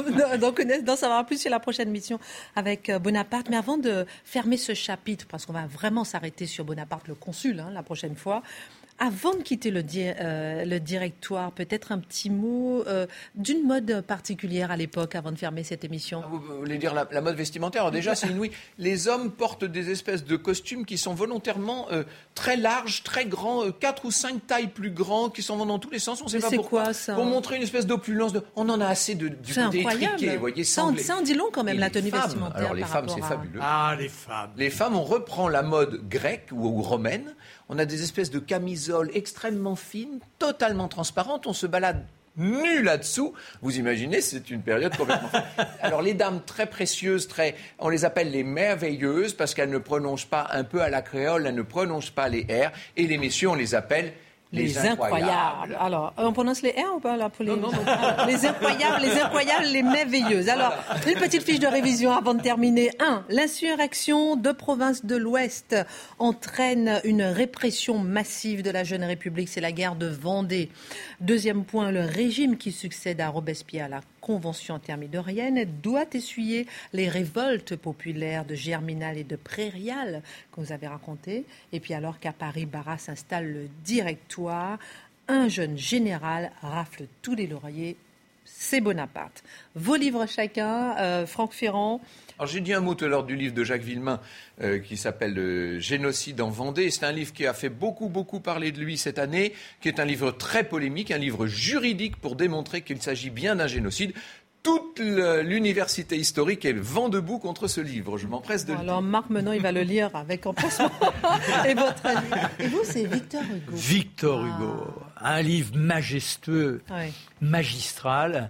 d'en savoir plus sur la prochaine mission avec Bonaparte. Mais avant de fermer ce chapitre, parce qu'on va vraiment s'arrêter sur Bonaparte, le consul, la prochaine fois, avant de quitter le Directoire, peut-être un petit mot d'une mode particulière à l'époque, avant de fermer cette émission. Vous voulez dire la mode vestimentaire ? Alors déjà, c'est inouï. Les hommes portent des espèces de costumes qui sont volontairement très larges, très grands, 4 ou 5 tailles plus grands, qui s'en vont dans tous les sens. On ne sait pas pourquoi. Quoi, ça ? Pour montrer une espèce d'opulence. On en a assez du côté étriqué, vous voyez, ça en dit long quand même, la tenue vestimentaire. Alors les femmes, c'est fabuleux. Ah, les femmes. Les femmes, on reprend la mode grecque ou romaine. On a des espèces de camisoles extrêmement fines, totalement transparentes. On se balade nu là-dessous. Vous imaginez, c'est une période complètement... Alors les dames très précieuses, on les appelle les merveilleuses parce qu'elles ne prononcent pas un peu à la créole, elles ne prononcent pas les R. Et les messieurs, on les appelle... Les incroyables. Alors, on prononce les R ou pas là, pour les... Non. Les incroyables, les merveilleuses. Alors, une petite fiche de révision avant de terminer. 1. L'insurrection de province de l'Ouest entraîne une répression massive de la jeune République. C'est la guerre de Vendée. 2e point, le régime qui succède à Robespierre, la Convention thermidorienne, doit essuyer les révoltes populaires de Germinal et de Prairial que vous avez racontées. Et puis alors qu'à Paris, Barras installe le Directoire, un jeune général rafle tous les lauriers. C'est Bonaparte. Vos livres chacun, Franck Ferrand. Alors j'ai dit un mot tout à l'heure du livre de Jacques Villemain qui s'appelle Génocide en Vendée. C'est un livre qui a fait beaucoup parler de lui cette année, qui est un livre très polémique, un livre juridique pour démontrer qu'il s'agit bien d'un génocide. Toute l'université historique est vent debout contre ce livre, je m'empresse de le dire. Alors Marc Menon, il va le lire avec empressement. Et votre avis ? Et vous, c'est Victor Hugo. Victor Hugo, un livre majestueux, magistral,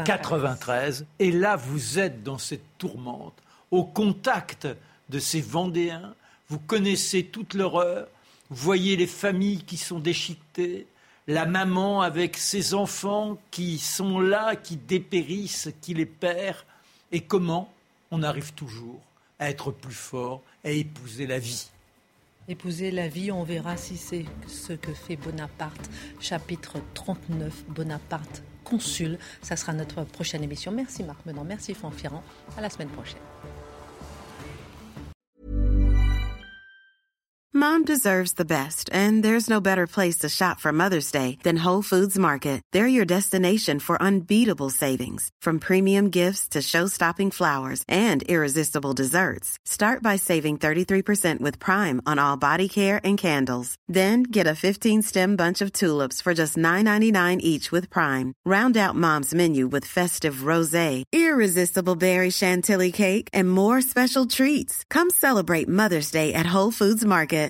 93. Et là, vous êtes dans cette tourmente, au contact de ces Vendéens. Vous connaissez toute l'horreur, vous voyez les familles qui sont déchiquetées, la maman avec ses enfants qui sont là, qui dépérissent, qui les perd. Et comment on arrive toujours à être plus fort, à épouser la vie. Épouser la vie, on verra si c'est ce que fait Bonaparte. Chapitre 39, Bonaparte, consul. Ça sera notre prochaine émission. Merci Marc Menon, merci Franck Ferrand. À la semaine prochaine. Mom deserves the best, and there's no better place to shop for Mother's Day than Whole Foods Market. They're your destination for unbeatable savings, from premium gifts to show-stopping flowers and irresistible desserts. Start by saving 33% with Prime on all body care and candles. Then get a 15-stem bunch of tulips for just $9.99 each with Prime. Round out Mom's menu with festive rosé, irresistible berry chantilly cake, and more special treats. Come celebrate Mother's Day at Whole Foods Market.